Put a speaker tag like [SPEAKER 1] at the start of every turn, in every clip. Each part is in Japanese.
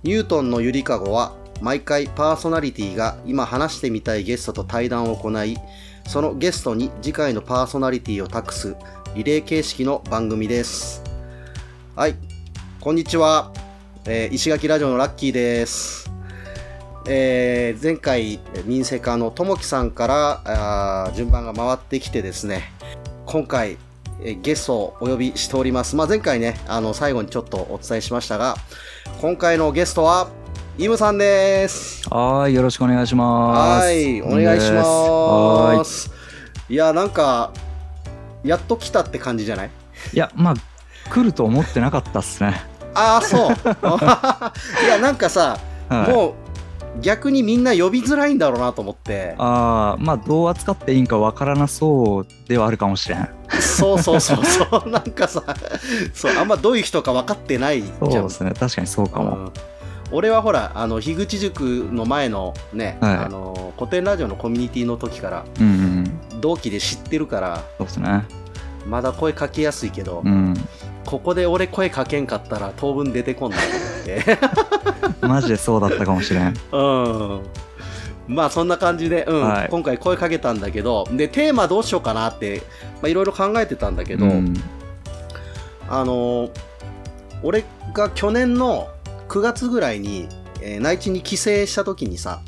[SPEAKER 1] ニュートンのゆりかごは毎回パーソナリティが今話してみたいゲストと対談を行い、そのゲストに次回のパーソナリティを託すリレー形式の番組です。はい、こんにちは、石垣ラジオのラッキーです。前回民生課のともきさんから順番が回ってきてですね、今回ゲストをお呼びしております。前回ね最後にちょっとお伝えしましたが、今回のゲストはイムさんです。
[SPEAKER 2] はい、よろしくお願いします。
[SPEAKER 1] はい、お願いします。いや、なんかやっと来たって感じじゃない？
[SPEAKER 2] いや、来ると思ってなかったっすね。
[SPEAKER 1] ああ、そういや、なんかさ、はい、もう逆にみんな呼びづらいんだろうなと思って。
[SPEAKER 2] どう扱っていいんかわからなそうではあるかもしれん。
[SPEAKER 1] そうなんかさ、あんまどういう人か分かってないじゃん。
[SPEAKER 2] そうですね、確かにそうかも。
[SPEAKER 1] 俺はほら樋口塾の前のね、はい、古典ラジオのコミュニティの時から、同期で知ってるから、
[SPEAKER 2] そうですね、
[SPEAKER 1] まだ声かけやすいけど、ここで俺声かけんかったら当分出てこんなと思って
[SPEAKER 2] マジでそうだったかもしれん。
[SPEAKER 1] そんな感じで、はい、今回声かけたんだけど、でテーマどうしようかなっていろいろ考えてたんだけど、俺が去年の9月ぐらいに、内地に帰省した時にさ、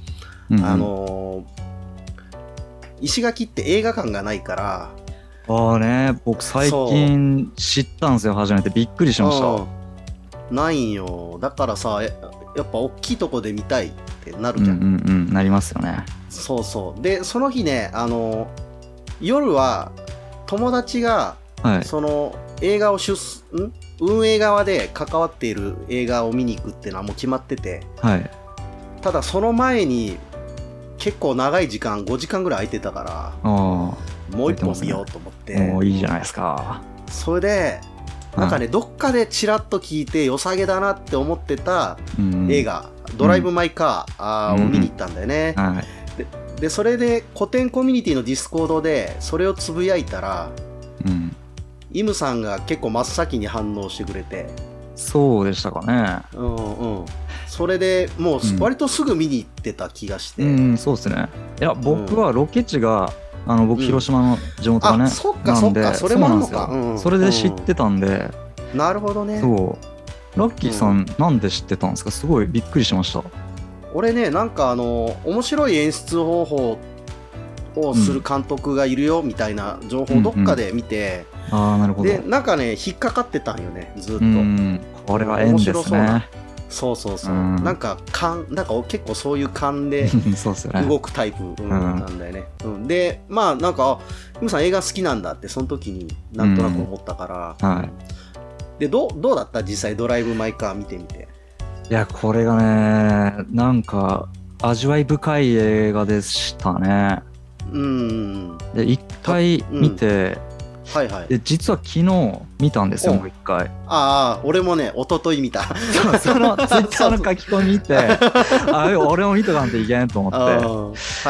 [SPEAKER 1] 石垣って映画館がないから。
[SPEAKER 2] 僕最近知ったんですよ、初めて。びっくりしました。
[SPEAKER 1] ないんよ。だからさ、やっぱ大きいとこで見たいってなるじゃん。
[SPEAKER 2] なりますよね。
[SPEAKER 1] そうで、その日ね、夜は友達が、はい、その映画を運営側で関わっている映画を見に行くっていうのはもう決まってて、はい、ただその前に結構長い時間、5時間ぐらい空いてたから、もう一本見ようと思って。
[SPEAKER 2] もういいじゃないですか。
[SPEAKER 1] それでなんかね、どっかでチラッと聞いて良さげだなって思ってた映画、ドライブ・マイ・カーを見に行ったんだよね。でそれで古典コミュニティのディスコードでそれをつぶやいたら、イムさんが結構真っ先に反応してくれて。
[SPEAKER 2] そうでしたかね。
[SPEAKER 1] それでもう割とすぐ見に行ってた気がして。
[SPEAKER 2] そうですね。いや、僕はロケ地が僕広島の地元がね、
[SPEAKER 1] そっかそれもあるのか。
[SPEAKER 2] それで知ってたんで。
[SPEAKER 1] なるほどね。
[SPEAKER 2] そうラッキーさん、なんで知ってたんですか？すごいびっくりしました。
[SPEAKER 1] 俺ね、なんか面白い演出方法をする監督がいるよみたいな情報をどっかで見て、
[SPEAKER 2] なるほど。
[SPEAKER 1] でなんかね引っかかってたんよね、ずっと。
[SPEAKER 2] これは縁ですね。
[SPEAKER 1] そうなんか結構そういう勘で動くタイプなんだよね。でなんかイムさん映画好きなんだってその時になんとなく思ったから。でどうだった実際ドライブ・マイ・カー見てみて。
[SPEAKER 2] いや、これがね、なんか味わい深い映画でしたね。で一回見て、で実は昨日見たんですよ、もう一回。
[SPEAKER 1] 俺もね、一昨日見た。
[SPEAKER 2] そのツイッターの書き込み見て俺も見とかんといけんと思って。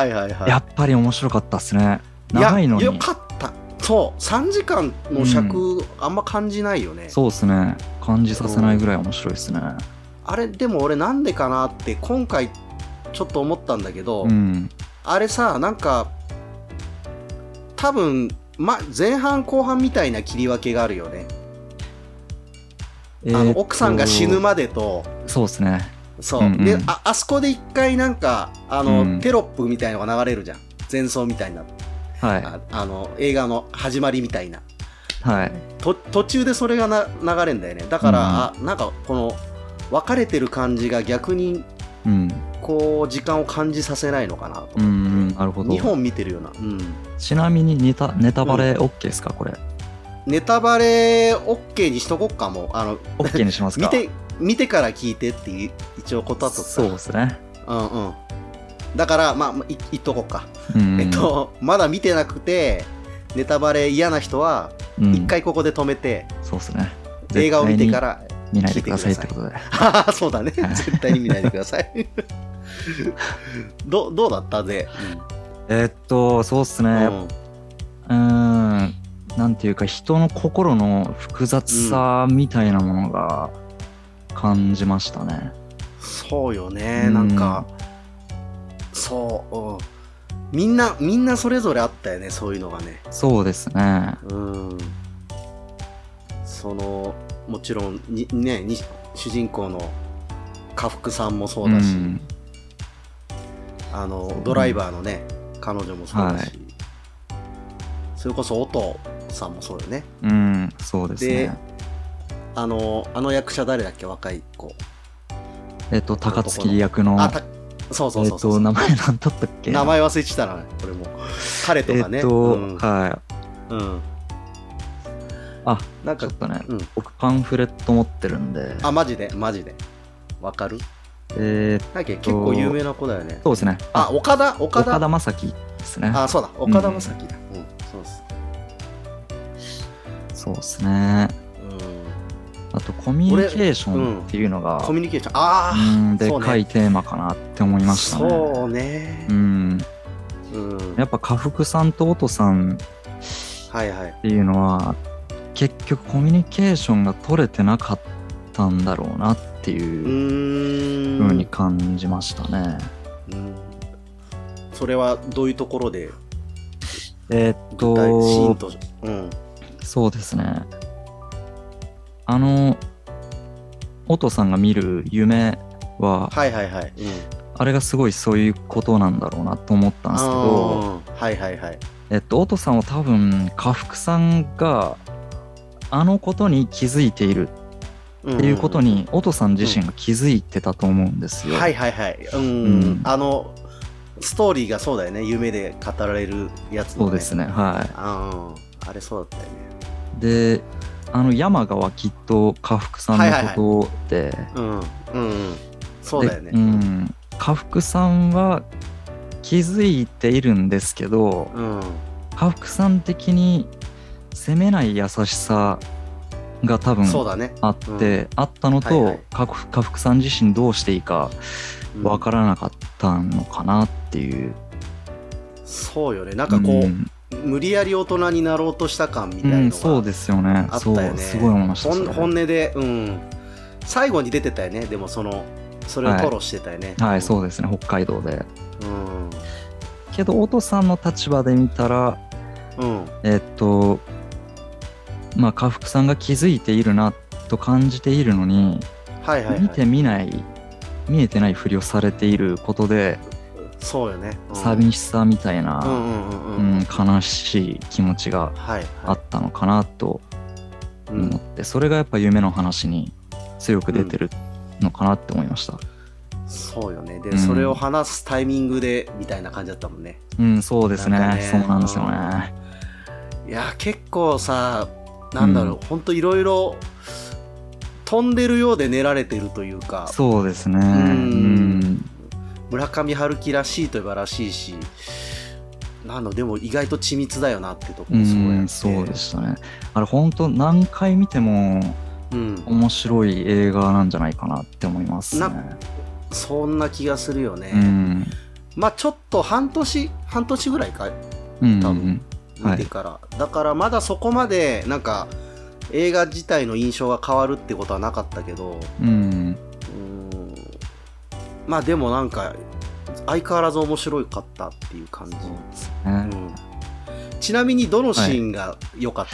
[SPEAKER 2] やっぱり面白かったっすね。長いのに。
[SPEAKER 1] よかった。そう3時間の尺、あんま感じないよね。
[SPEAKER 2] そうですね、感じさせないぐらい面白いですね。
[SPEAKER 1] あれでも俺なんでかなって今回ちょっと思ったんだけど、あれさ、なんか多分前半後半みたいな切り分けがあるよね。奥さんが死ぬまでと。
[SPEAKER 2] そうですね。
[SPEAKER 1] であそこで一回なんかテロップみたいのが流れるじゃん、前奏みたいな。映画の始まりみたいな。途中でそれが流れんだよね。だから、なんかこの別れてる感じが逆にこう時間を感じさせないのかなと思って。
[SPEAKER 2] なるほど。
[SPEAKER 1] 2本見てるような。
[SPEAKER 2] ちなみにネタバレ OK ですか、これ。
[SPEAKER 1] ネタバレ OK にしとこっかも。
[SPEAKER 2] OK にしますか。
[SPEAKER 1] 見てから聞いてって一応断っとった。
[SPEAKER 2] そうですね。
[SPEAKER 1] だから言っとこうか。まだ見てなくてネタバレ嫌な人は一回ここで止めて、
[SPEAKER 2] そうですね、
[SPEAKER 1] 映画を見てから
[SPEAKER 2] 見ないでくださいってことで。
[SPEAKER 1] そうだね、絶対に見ないでください。どうだったぜ。
[SPEAKER 2] そうっすね、なんていうか人の心の複雑さみたいなものが感じましたね。
[SPEAKER 1] そうよね、なんかそう、うん、みんなそれぞれあったよね、そういうのがね。
[SPEAKER 2] そうですね。
[SPEAKER 1] もちろん主人公の家福さんもそうだし、ドライバーのね、彼女もそうだし、はい、それこそ音さんもそうよね。
[SPEAKER 2] そうですね。で、
[SPEAKER 1] あの役者誰だっけ、若い子。
[SPEAKER 2] 高槻役の。
[SPEAKER 1] そう
[SPEAKER 2] 名前なんだったっけ。
[SPEAKER 1] 名前忘れちゃったな、これも。彼とかね。
[SPEAKER 2] はい。なんかちょっとね、僕パンフレット持ってるんで。
[SPEAKER 1] マジでわかる？結構有名な子だよね。
[SPEAKER 2] そうですね。
[SPEAKER 1] 岡田
[SPEAKER 2] 将生ですね。
[SPEAKER 1] そうだ、岡田将生だ。そうです。
[SPEAKER 2] そうですね。あとコミュニケーションっていうのが、
[SPEAKER 1] コミュニケーション、
[SPEAKER 2] でかいテーマかなって思いましたね。
[SPEAKER 1] そうね。
[SPEAKER 2] やっぱ家福さんと音さんっていうのは、結局コミュニケーションが取れてなかったんだろうなっていう風に感じましたね。
[SPEAKER 1] それはどういうところで？
[SPEAKER 2] シーンと、そうですね。音さんが見る夢は、あれがすごいそういうことなんだろうなと思ったんですけど、音さんは多分家福さんがあのことに気づいているっていうことに音さん自身が気づいてたと思うんですよ。
[SPEAKER 1] ストーリーがそうだよね、夢で語られるやつのね。
[SPEAKER 2] そうですね、はい。
[SPEAKER 1] あれそうだったよね。
[SPEAKER 2] で、山川はきっと家福さんのことで、
[SPEAKER 1] そうだよね。
[SPEAKER 2] 家福さんは気づいているんですけど、家福さん的に責めない優しさが多分あって、あったのと、家福さん自身どうしていいかわからなかったのかなっていう。
[SPEAKER 1] そうよね、なんかこう、無理やり大人になろうとした感みたいなのが
[SPEAKER 2] そうですよね。
[SPEAKER 1] あったよね。
[SPEAKER 2] すごい思いました。
[SPEAKER 1] 本音で、最後に出てたよね。でもそれを吐露してたよね。
[SPEAKER 2] はい、そうですね、北海道で。けど音さんの立場で見たら、家福さんが気づいているなと感じているのに、見えてないふりをされていることで、
[SPEAKER 1] そうよね、
[SPEAKER 2] 寂しさみたいな悲しい気持ちがあったのかなと思って、それがやっぱ夢の話に強く出てるのかなって思いました。
[SPEAKER 1] そうよね。で、それを話すタイミングでみたいな感じだったもんね。
[SPEAKER 2] そうですね。そうなんですよね。
[SPEAKER 1] いや結構さ、なんだろう、ほんといろいろ飛んでるようで練られてるというか。
[SPEAKER 2] そうですね。
[SPEAKER 1] 村上春樹らしいといえばらしいし、でも意外と緻密だよなってとこもそうやって。
[SPEAKER 2] そうでしたね。あれ本当何回見ても面白い映画なんじゃないかなって思いますね。
[SPEAKER 1] そんな気がするよね。ちょっと半年ぐらいか、多分見てから、だからまだそこまでなんか映画自体の印象が変わるってことはなかったけど、でもなんか相変わらず面白かったっていう感じ。ちなみにどのシーンが良かった？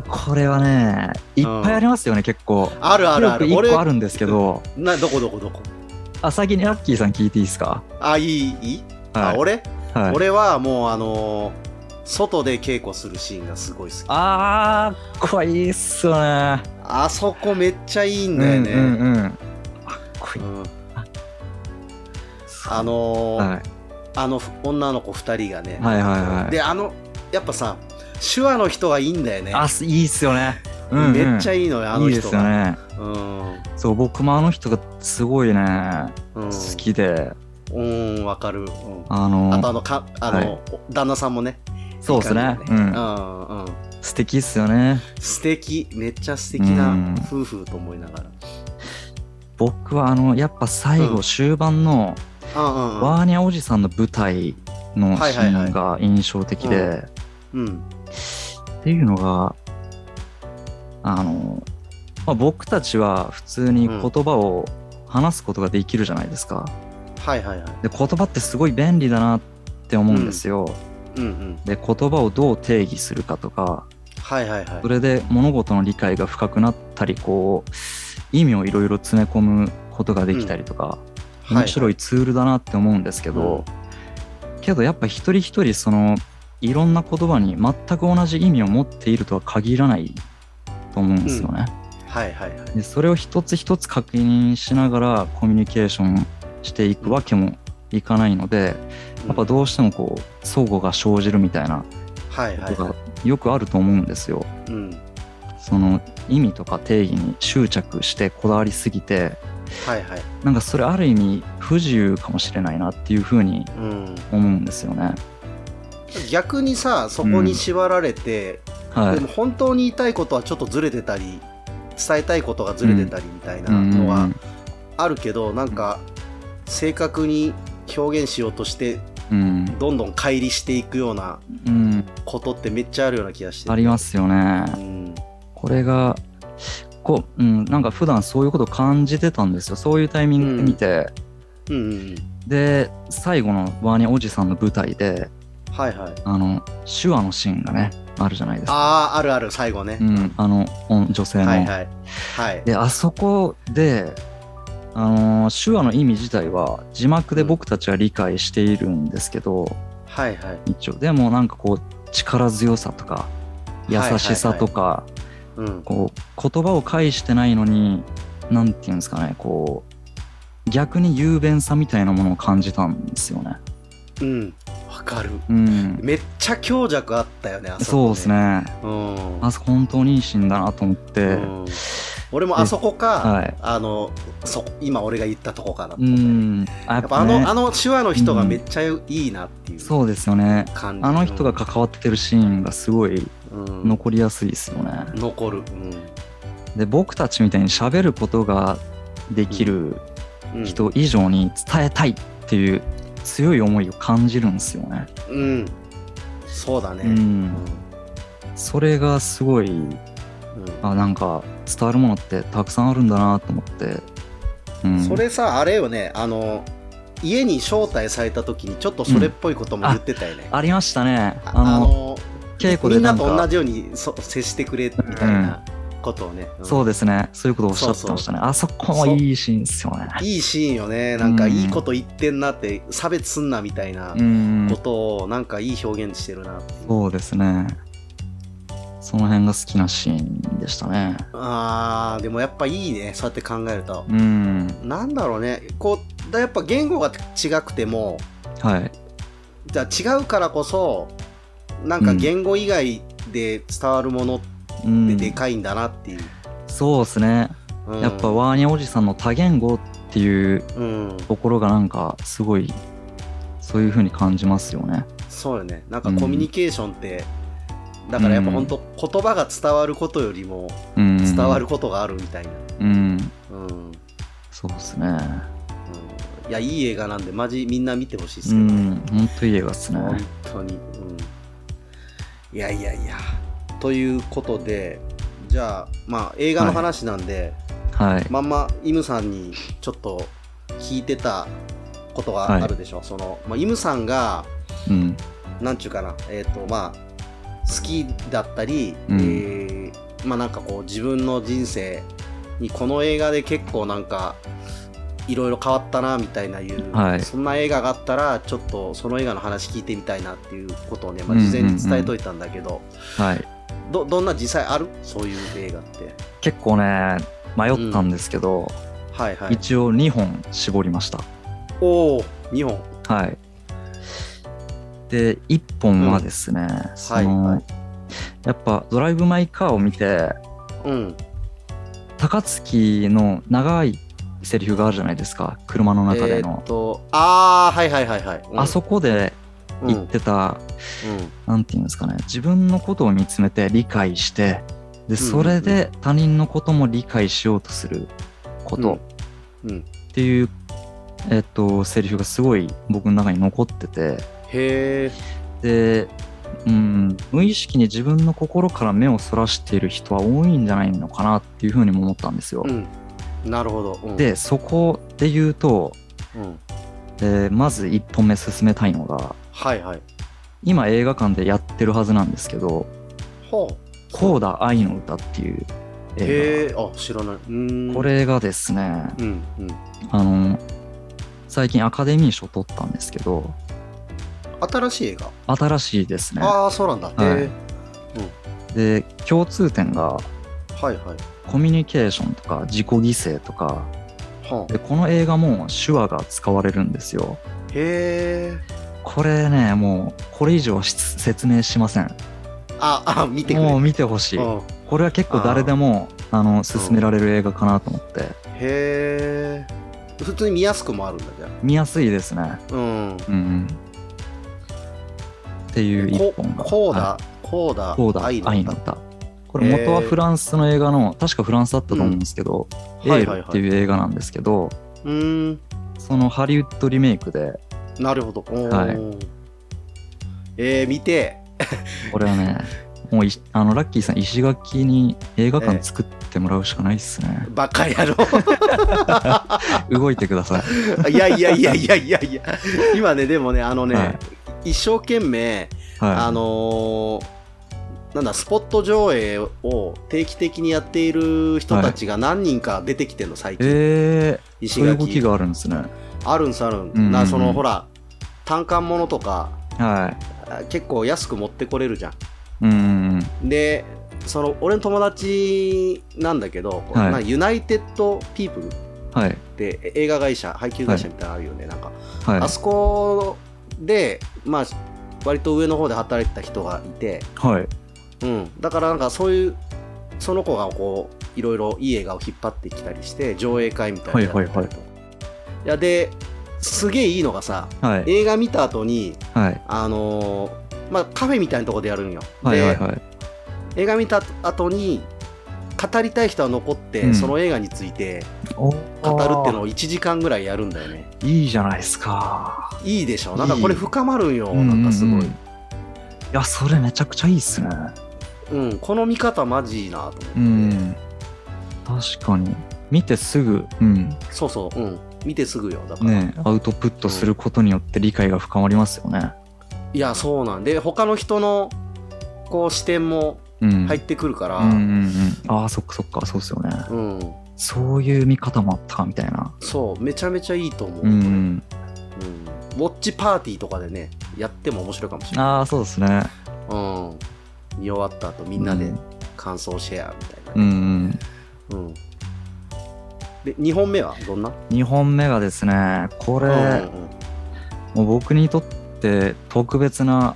[SPEAKER 2] これはね、いっぱいありますよね、結構。
[SPEAKER 1] ある。
[SPEAKER 2] 1個あるんですけど。
[SPEAKER 1] どこ？
[SPEAKER 2] 先にラッキーさん聞いていいですか？
[SPEAKER 1] いい？俺はもう外で稽古するシーンがすごい好き。
[SPEAKER 2] これいいっすよね。
[SPEAKER 1] あそこめっちゃいいんだよね。女の子2人がね。で、やっぱさ、手話の人がいいんだよね。
[SPEAKER 2] いいっすよね。
[SPEAKER 1] めっちゃいいのよ、あの人が。いいですよね。
[SPEAKER 2] そう、僕もあの人がすごいね、好きで。
[SPEAKER 1] わかる。あと旦那さんもね。
[SPEAKER 2] そうですね。素敵っすよね。
[SPEAKER 1] 素敵、めっちゃ素敵な夫婦と思いながら。
[SPEAKER 2] 僕はやっぱ最後終盤のワーニャおじさんの舞台のシーンが印象的で、っていうのが僕たちは普通に言葉を話すことができるじゃないですか。
[SPEAKER 1] はいはいはい。
[SPEAKER 2] で言葉ってすごい便利だなって思うんですよ。
[SPEAKER 1] うんうん、
[SPEAKER 2] で言葉をどう定義するかとか、
[SPEAKER 1] はいはいはい、
[SPEAKER 2] それで物事の理解が深くなったり、こう意味をいろいろ詰め込むことができたりとか、面白いツールだなって思うんですけど、けどやっぱ一人一人そのいろんな言葉に全く同じ意味を持っているとは限らないと思うんですよね。
[SPEAKER 1] はいはいはい。
[SPEAKER 2] でそれを一つ一つ確認しながらコミュニケーションしていくわけもいかないので、やっぱどうしてもこう相互が生じるみたいなことがよくあると思うんですよ。その意味とか定義に執着してこだわりすぎて、なんかそれある意味不自由かもしれないなっていうふうに思うんですよね。
[SPEAKER 1] 逆にさ、そこに縛られて、でも本当に言いたいことはちょっとずれてたり、伝えたいことがずれてたりみたいなのはあるけど、なんか正確に表現しようとしてどんどん乖離していくようなことってめっちゃあるような気がして、
[SPEAKER 2] ありますよね。これがこう、なんか普段そういうことを感じてたんですよ。そういうタイミングで見て、で最後のワーニャおじさんの舞台で、手話のシーンがねあるじゃないですか。
[SPEAKER 1] あるある、最後ね、
[SPEAKER 2] 女性の、であそこで手話の意味自体は字幕で僕たちは理解しているんですけど、一応でもなんかこう力強さとか優しさとか、こう言葉を介してないのに、なんていうんですかね、こう逆に雄弁さみたいなものを感じたんですよね。
[SPEAKER 1] わかる、めっちゃ強弱あったよね、あそこね。
[SPEAKER 2] そうですね、あそこ本当にいいシーンだなと思って、
[SPEAKER 1] 俺もあそこか、今俺が言ったとこかなと思った。やっぱあの手話の人がめっちゃいいなっていう、
[SPEAKER 2] そうですよね。あの人が関わってるシーンがすごい残りやすいですよね。
[SPEAKER 1] 残る、
[SPEAKER 2] で僕たちみたいに喋ることができる人以上に伝えたいっていう強い思いを感じるんですよね。
[SPEAKER 1] そうだね、
[SPEAKER 2] それがすごい、なんか伝わるものってたくさんあるんだなと思って、
[SPEAKER 1] それさ、あれよね、家に招待された時にちょっとそれっぽいことも言ってたよね。
[SPEAKER 2] ありましたね。稽古で
[SPEAKER 1] みんなと同じように接してくれみたいなことをね、
[SPEAKER 2] そうですね、そういうことをおっしゃってましたね。あそこもいいシーンですよね。
[SPEAKER 1] いいシーンよね。なんかいいこと言ってんなって、差別すんなみたいなことをなんかいい表現してるなっていう。
[SPEAKER 2] そうですね、その辺が好きなシーンでしたね。
[SPEAKER 1] でもやっぱいいね、そうやって考えると。なんだろうね、こうやっぱ言語が違くても、じゃあ違うからこそなんか言語以外で伝わるものってでかいんだなっていう。
[SPEAKER 2] そうですね、やっぱワーニャおじさんの多言語っていうところがなんかすごいそういう風に感じますよね。
[SPEAKER 1] そうよね、なんかコミュニケーションって、だからやっぱ本当言葉が伝わることよりも伝わることがあるみたいな。
[SPEAKER 2] そうですね。
[SPEAKER 1] いや、いい映画なんでマジみんな見てほしいですけどね。
[SPEAKER 2] 本当いい映画ですね。
[SPEAKER 1] 本当に。いやということで、じゃあまあ映画の話なんで、まんまイムさんにちょっと聞いてたことがあるでしょ。そのイムさんがなんちゅうかな、まあ好きだったり、まあなんかこう自分の人生にこの映画で結構なんかいろいろ変わったなみたいなそんな映画があったらちょっとその映画の話聞いてみたいなっていうことをね、事前に伝えといたんだけど、どんな実際ある？そういう映画って。結
[SPEAKER 2] 構ね迷ったんですけど、一応2本絞りました。
[SPEAKER 1] 2本。
[SPEAKER 2] で1本はですね、やっぱドライブ・マイ・カーを見て、高槻の長いセリフがあるじゃないですか、車の中での。あそこで言ってた、なんていうんですかね、自分のことを見つめて理解して、でそれで他人のことも理解しようとすることっていう、セリフがすごい僕の中に残ってて、で、無意識に自分の心から目をそらしている人は多いんじゃないのかなっていうふうにも思ったんですよ。
[SPEAKER 1] なるほど、うん、
[SPEAKER 2] でそこで言うと、まず1本目進めたいのが、
[SPEAKER 1] はいはい、
[SPEAKER 2] 今映画館でやってるはずなんですけど、コーダ愛の歌っていう映画。
[SPEAKER 1] 知らない。
[SPEAKER 2] これがですね、最近アカデミー賞取ったんですけど。
[SPEAKER 1] 新しい映画？
[SPEAKER 2] 新しいですね。
[SPEAKER 1] ああ、そうなんだ。
[SPEAKER 2] で、共通点が、
[SPEAKER 1] はいはい、
[SPEAKER 2] コミュニケーションとか自己犠牲とか、でこの映画も手話が使われるんですよ。
[SPEAKER 1] へえ。
[SPEAKER 2] これね、もうこれ以上説明しません。
[SPEAKER 1] 見てくれ。
[SPEAKER 2] もう見てほしい。これは結構誰でも勧められる映画かなと思って。
[SPEAKER 1] へえ。普通に見やすくもあるんだじゃあ。
[SPEAKER 2] 見やすいですね。っていう一本が。コーダ愛の歌。これ元はフランスの映画の、確かフランスだったと思うんですけど、エールっていう映画なんですけど、そのハリウッドリメイクで。
[SPEAKER 1] なるほど。はい。見て。
[SPEAKER 2] これはね、もうラッキーさん、石垣に映画館作ってもらうしかないっすね。
[SPEAKER 1] バカ野郎。
[SPEAKER 2] 動いてください。
[SPEAKER 1] いや、今ね、でもね、一生懸命、なんだ、スポット上映を定期的にやっている人たちが何人か出てきてるの、最近。
[SPEAKER 2] 石垣。そういう動きがあるんですね。
[SPEAKER 1] あるん。ほら、単館ものとか、結構安く持ってこれるじゃん。で、俺の友達なんだけど、ユナイテッドピープルって映画会社、配給会社みたいなのあるよね。なんか、あそこで、まあ、割と上の方で働いてた人がいて、だからなんかそういう、その子がこう、いろいろいい映画を引っ張ってきたりして、上映会みたいなのやったりと。いや、で、すげえいいのがさ、映画見た後に、まあ、カフェみたいなところでやるんよ。映画見た後に語りたい人は残って、その映画について語るっていうのを1時間ぐらいやるんだよね。
[SPEAKER 2] いいじゃないですか。
[SPEAKER 1] いいでしょ。なんかこれ深まるんよ。なんかすごい。い
[SPEAKER 2] や、それめちゃくちゃいいっすね。
[SPEAKER 1] この見方マジいいなと思って。
[SPEAKER 2] 確かに見てすぐ、
[SPEAKER 1] そう、見てすぐよ。だから
[SPEAKER 2] ね、アウトプットすることによって理解が深まりますよね。
[SPEAKER 1] いや、そうなんで、他の人のこう視点も入ってくるから、
[SPEAKER 2] そっかそうですよね。そういう見方もあったみたいな。
[SPEAKER 1] そう、めちゃめちゃいいと思う。ウォッチパーティーとかでね、やっても面白いかもしれない。
[SPEAKER 2] そうですね。
[SPEAKER 1] 見終わった後みんなで感想シェアみたいな。で、2本目はどんな？
[SPEAKER 2] 2 本目がですね、これ、もう僕にとって特別な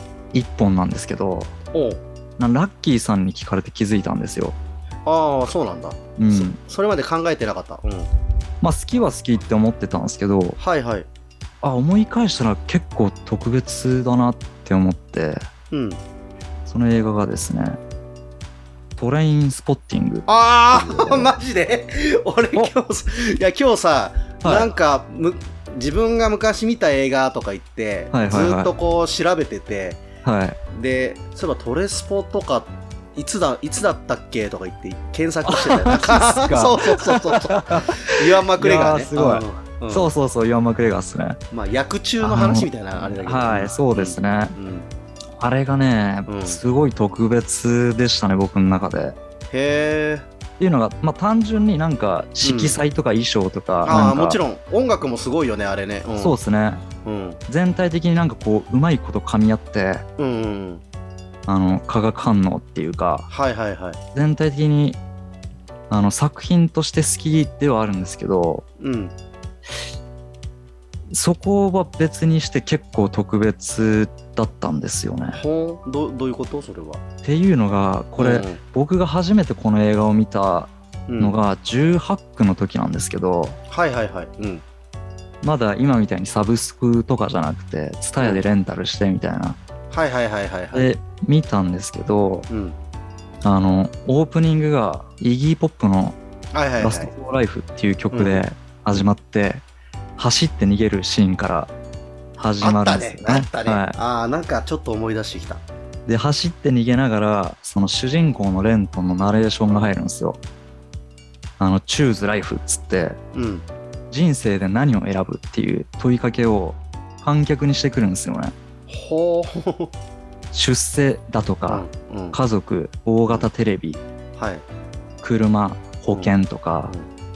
[SPEAKER 2] 1本なんですけど、ラッキーさんに聞かれて気づいたんですよ。
[SPEAKER 1] そうなんだ。それまで考えてなかった。
[SPEAKER 2] まあ好きは好きって思ってたんですけど、思い返したら結構特別だなって思って、その映画がですね、トレインスポッティング。
[SPEAKER 1] マジで俺今日さ、なんか自分が昔見た映画とか言って、ずっとこう調べてて、で、そういえばトレスポとかいつだったっけとか言って検索してたよ。そうイワン・マクレガーね。
[SPEAKER 2] すごい。そうイワン・マクレガーっすね。
[SPEAKER 1] まあ役中の話みたいなあれだけど。
[SPEAKER 2] そうですね。あれがね、すごい特別でしたね、僕の中で。っていうのが、まあ単純になんか色彩とか衣装とか、
[SPEAKER 1] もちろん音楽もすごいよね、あれね。
[SPEAKER 2] そうですね。全体的になんかこううまいこと噛み合って、化学反応っていうか、全体的に作品として好きではあるんですけど、そこは別にして結構特別だったんですよね。
[SPEAKER 1] どういうことそれは？
[SPEAKER 2] っていうのがこれ、僕が初めてこの映画を見たのが18区の時なんですけど、まだ今みたいにサブスクとかじゃなくてTSUTAYAでレンタルしてみたいな、で見たんですけど、オープニングがイギーポップの「ラスト・フォー・ライフ」っていう曲で始まって、走って逃げるシーンから始まるんですよね。
[SPEAKER 1] なんかちょっと思い出してきた。
[SPEAKER 2] で走って逃げながらその主人公のレントンのナレーションが入るんですよ。 チューズライフっつって、
[SPEAKER 1] うん、
[SPEAKER 2] 人生で何を選ぶっていう問いかけを観客にしてくるんですよね。
[SPEAKER 1] ほう。
[SPEAKER 2] 出世だとか、
[SPEAKER 1] うんうん、
[SPEAKER 2] 家族、大型テレビ、
[SPEAKER 1] はい、
[SPEAKER 2] 車、保険とか、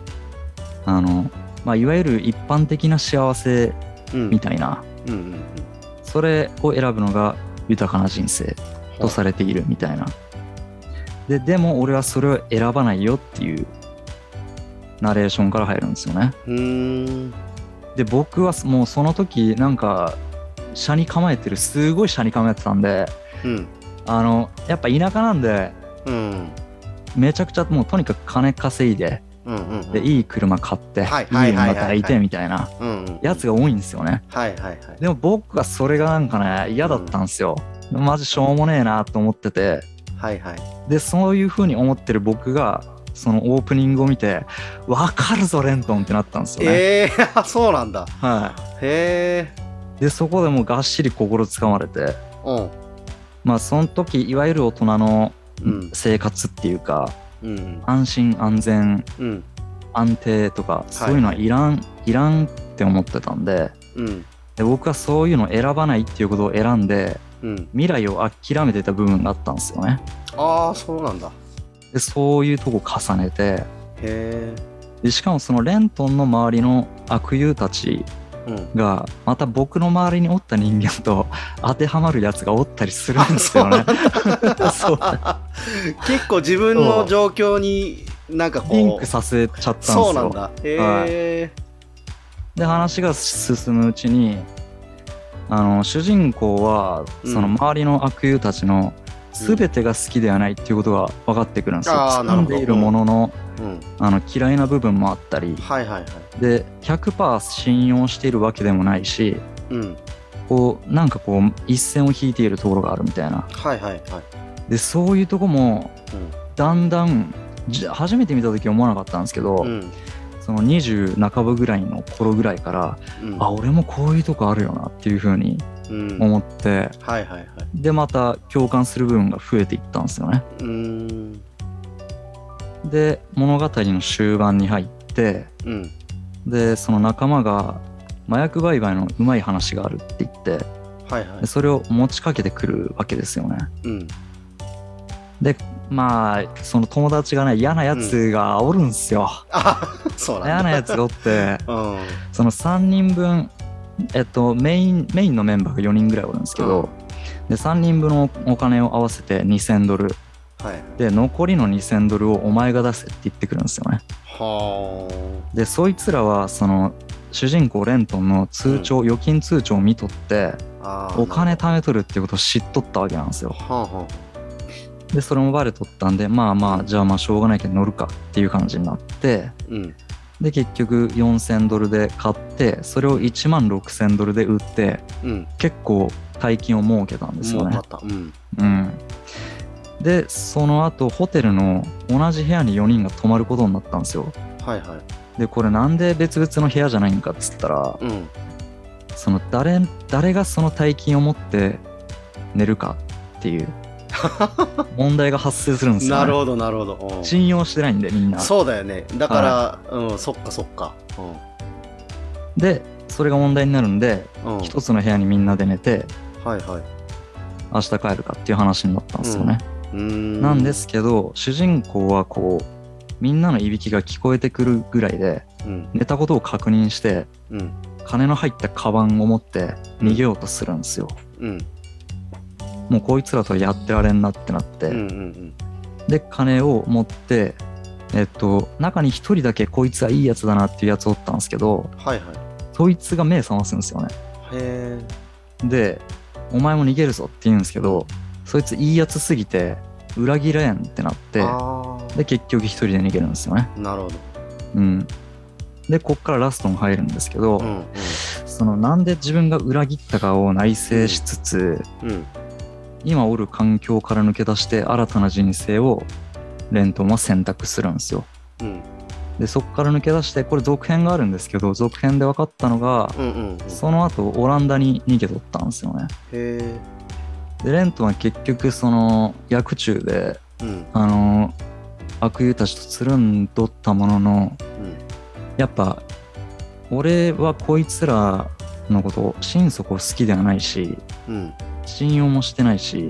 [SPEAKER 2] まあ、いわゆる一般的な幸せみたいな、それを選ぶのが豊かな人生とされているみたいな。でも俺はそれを選ばないよっていうナレーションから入るんですよね。で僕はもうその時なんか車に構えてる、すごい車に構えてたんで、
[SPEAKER 1] うん、
[SPEAKER 2] やっぱ田舎なんで、
[SPEAKER 1] うん、
[SPEAKER 2] めちゃくちゃもうとにかく金稼いで、でいい車買って、いい家にまたいてみたいなやつが多いんですよね。でも僕はそれがなんかね嫌だったんですよ。マジしょうもねえなと思ってて、でそういう風に思ってる僕がそのオープニングを見て分かるぞレントンってなったんですよね。
[SPEAKER 1] そうなんだ。
[SPEAKER 2] へえ。でそこでもうがっしり心つかまれて、まあその時いわゆる大人の生活っていうか、安心安全、安定とかそういうのはいらんって思ってたんで、で僕はそういうのを選ばないっていうことを選んで、未来を諦めてた部分があったんですよね。
[SPEAKER 1] ああ、そうなんだ。
[SPEAKER 2] でそういうとこ重ねて、でしかもそのレントンの周りの悪友たちがまた僕の周りにおった人間と当てはまるやつがおったりするんですよね。そう
[SPEAKER 1] 結構自分の状況になんかこう
[SPEAKER 2] リンクさせちゃったんですよ。
[SPEAKER 1] そうなんだ。で
[SPEAKER 2] 話が進むうちに主人公はその周りの悪友たちの全てが好きではないっていうことが分かってくるんですよ。掴んでいるものの、嫌いな部分もあったり、で 100% 信用しているわけでもないし、こうなんかこう一線を引いているところがあるみたいな。でそういうとこもだんだん初めて見た時思わなかったんですけど、その20半ばぐらいの頃ぐらいから、あ俺もこういうとこあるよなっていう風に思って、でまた共感する部分が増えていったんですよね。で物語の終盤に入って、でその仲間が麻薬売買のうまい話があるって言って、でそれを持ちかけてくるわけですよね。でまあその友達がね嫌なやつがおるんすよ。嫌なやつがおって、その3人分メインのメンバーが4人ぐらいおるんですけど、で3人分のお金を合わせて2000ドル、で残りの2000ドルをお前が出せって言ってくるんですよね。でそいつらはその主人公レントンの通帳、預金通帳を見とってお金貯めとるっていうことを知っとったわけなんですよ。でそれもバレとったんで、まあじゃあしょうがないけど乗るかっていう感じになって、で結局4000ドルで買って、それを1万6000ドルで売って、結構大金を儲けたんですよね。でその後ホテルの同じ部屋に4人が泊まることになったんですよ。でこれなんで別々の部屋じゃないんかっつったら、その誰がその大金を持って寝るかっていう問題が発生するんですよね。なるほど。信用してないんでみんな。
[SPEAKER 1] そうだよね。だから、そっか。
[SPEAKER 2] でそれが問題になるんで、一つの部屋にみんなで寝て、明日帰るかっていう話になったんですよね。なんですけど主人公はこうみんなのいびきが聞こえてくるぐらいで、寝たことを確認して、金の入ったカバンを持って逃げようとするんですよ。もうこいつらとはやってられんなってなって、で金を持って、中に一人だけこいつはいいやつだなっていうやつおったんですけど、そいつが目覚ますんですよね。でお前も逃げるぞって言うんですけど、そいついいやつすぎて裏切れんってなって、で結局一人で逃げるんですよね。
[SPEAKER 1] なるほど。
[SPEAKER 2] でこっからラストに入るんですけど、そのなんで自分が裏切ったかを内省しつつ、今おる環境から抜け出して新たな人生をレントンは選択するんですよ。でそこから抜け出して、これ続編があるんですけど、続編で分かったのが、その後オランダに逃げとったんですよね。でレントンは結局その薬中で、 悪友たちとつるんどったものの、やっぱ俺はこいつらのことを心底好きではないし、信用もしてないし、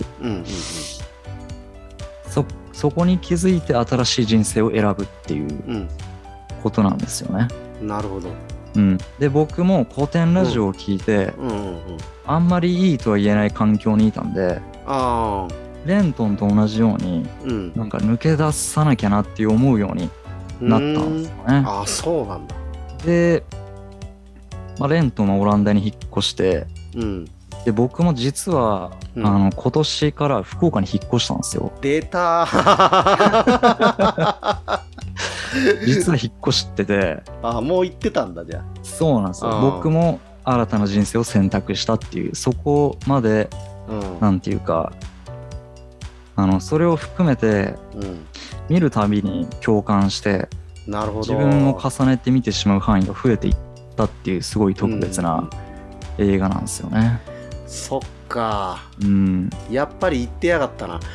[SPEAKER 2] そこに気づいて新しい人生を選ぶっていうことなんですよね。
[SPEAKER 1] なるほど。
[SPEAKER 2] で僕も古典ラジオを聞いて、あんまりいいとは言えない環境にいたんで、レントンと同じように、なんか抜け出さなきゃなって思うようになったんですよね。
[SPEAKER 1] あ、そうなんだ。
[SPEAKER 2] で、レントンはオランダに引っ越して、で僕も実は、今年から福岡に引っ越したんですよ。
[SPEAKER 1] 出た
[SPEAKER 2] 実は引っ越してて。
[SPEAKER 1] もう行ってたんだ。じゃあ
[SPEAKER 2] そうなんですよ。僕も新たな人生を選択したっていう、そこまで、なんていうかそれを含めて、見るたびに共感して、
[SPEAKER 1] なるほど、
[SPEAKER 2] 自分を重ねて見てしまう範囲が増えていったっていう、すごい特別な映画なんですよね。
[SPEAKER 1] そっか。やっぱり言ってやがったな。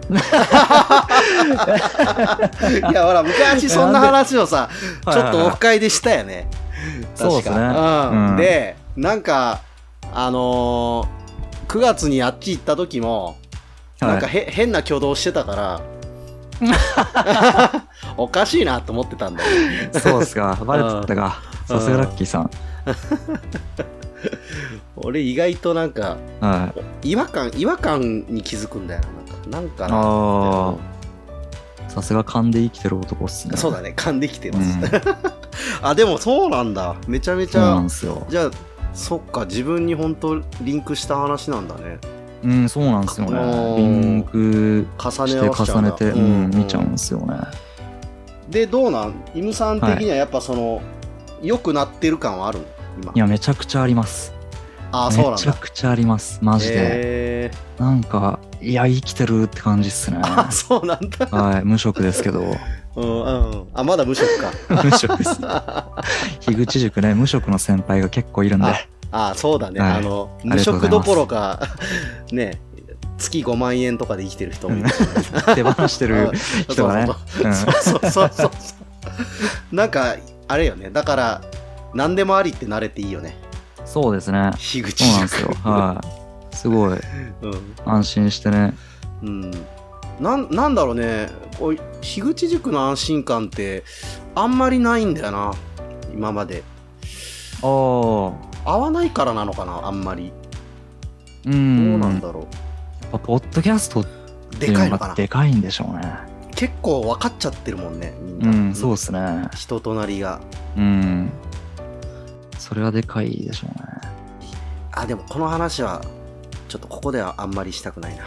[SPEAKER 1] いやほら昔そんな話をさちょっとオフ会でしたよね。
[SPEAKER 2] そうですね。
[SPEAKER 1] でなんか9月にあっち行った時もなんか変な挙動してたからおかしいなと思ってたんだよ。
[SPEAKER 2] そうですか。バレてたか。さすがラッキーさん。
[SPEAKER 1] 俺意外となんか、違和感に気づくんだよな。なんかな。
[SPEAKER 2] さすが勘で生きてる男っすね。
[SPEAKER 1] そうだね、勘で生きてます。でもそうなんだ。めちゃめちゃ。
[SPEAKER 2] そうなんですよ。
[SPEAKER 1] じゃあそっか、自分に本当リンクした話なんだね。
[SPEAKER 2] そうなんですよね。リンクして重ねて見ちゃうんですよね。
[SPEAKER 1] でどうなん？イムさん的にはやっぱ良くなってる感はあるの？今。
[SPEAKER 2] いやめちゃくちゃあります。そうなんだ。めちゃくちゃありますマジで。なんかいや生きてるって感じっすね。
[SPEAKER 1] そうなんだ。
[SPEAKER 2] 無職ですけど。
[SPEAKER 1] まだ無職か。
[SPEAKER 2] 無職です。樋口塾ね、無職の先輩が結構いるんで。
[SPEAKER 1] そうだね。無職どころかね、月5万円とかで生きてる人もいる。
[SPEAKER 2] 手放してる人がね。
[SPEAKER 1] そう。なんかあれよね。だから何でもありって慣れていいよね。
[SPEAKER 2] そうですね。
[SPEAKER 1] 樋口
[SPEAKER 2] 塾。そうなんですよ。すごい安心してね。
[SPEAKER 1] なんだろうね。樋口塾の安心感ってあんまりないんだよな。今まで。合わないからなのかな、あんまり。どうなんだろう。
[SPEAKER 2] やっぱポッドキャストっていうのがでかいんでしょうね。
[SPEAKER 1] 結構分かっちゃってるもんね、みんな。
[SPEAKER 2] そうですね。
[SPEAKER 1] 人となりが。
[SPEAKER 2] それはでかいでしょうね。
[SPEAKER 1] でもこの話はちょっとここではあんまりしたくないな。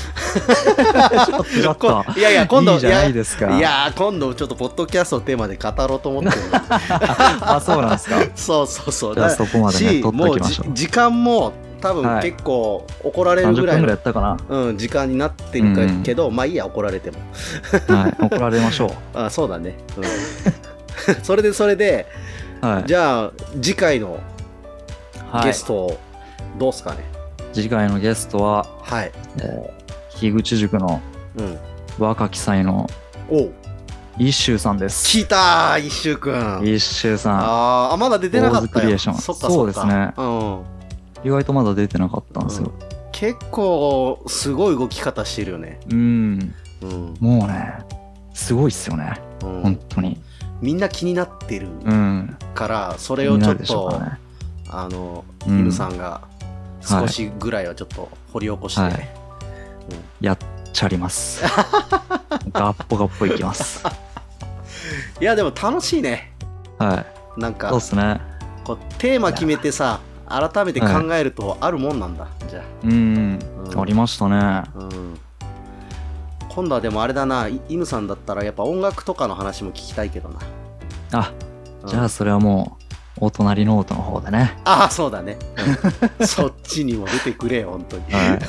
[SPEAKER 1] いや今度
[SPEAKER 2] いいじゃないですか。
[SPEAKER 1] いや今度ちょっとポッドキャストのテーマで語ろうと思ってるの。
[SPEAKER 2] そうなんですか。
[SPEAKER 1] そう。
[SPEAKER 2] じゃあそこまでね、取っておきましょう。
[SPEAKER 1] もう時間も多分結構怒られるぐらいの、
[SPEAKER 2] やったかな。
[SPEAKER 1] 時間になってるけど、まあいいや、怒られても。
[SPEAKER 2] 怒られましょ
[SPEAKER 1] う。そうだね。それで、じゃあ次回のゲストどうすかね。
[SPEAKER 2] 次回のゲストは、樋口塾の若き才能一周さんです。
[SPEAKER 1] 聞いた一周くん。
[SPEAKER 2] 一周さ
[SPEAKER 1] ん。まだ出てなかったよ。
[SPEAKER 2] そうですね。意外とまだ出てなかったんですよ。
[SPEAKER 1] 結構すごい動き方してるよね。
[SPEAKER 2] もうねすごいっすよね。本当に。
[SPEAKER 1] みんな気になってるからそれをちょっとイムさんが少しぐらいはちょっと掘り起こして
[SPEAKER 2] やっちゃります。ガッポガッポいきます。
[SPEAKER 1] いやでも楽しいね。なんか
[SPEAKER 2] そうっすね。
[SPEAKER 1] テーマ決めてさ改めて考えるとあるもんなんだ。じゃ
[SPEAKER 2] ありましたね。
[SPEAKER 1] 今度はでもあれだな、イムさんだったらやっぱ音楽とかの話も聞きたいけどな。
[SPEAKER 2] じゃあそれはもうお隣ノートの方でね。
[SPEAKER 1] そうだね。そっちにも出てくれよ本当に。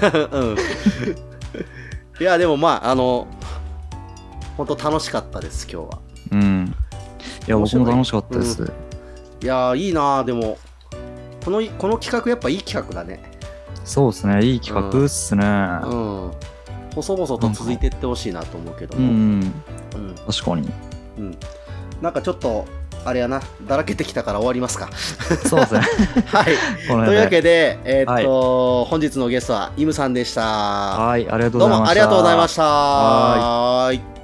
[SPEAKER 1] いやでもまあ本当楽しかったです今日は。
[SPEAKER 2] いや僕も楽しかったです。
[SPEAKER 1] いやいいな。でもこの企画やっぱいい企画だね。
[SPEAKER 2] そうですね、いい企画っすね。
[SPEAKER 1] 細々と続いていってほしいなと思うけども。
[SPEAKER 2] 確かに。
[SPEAKER 1] なんかちょっとあれやな、だらけてきたから終わりますか。
[SPEAKER 2] そうですね。
[SPEAKER 1] はい。というわけで、本日のゲストはイムさんでした。
[SPEAKER 2] はい、ありがとうございました。
[SPEAKER 1] どうもありがとうございました。
[SPEAKER 2] はい。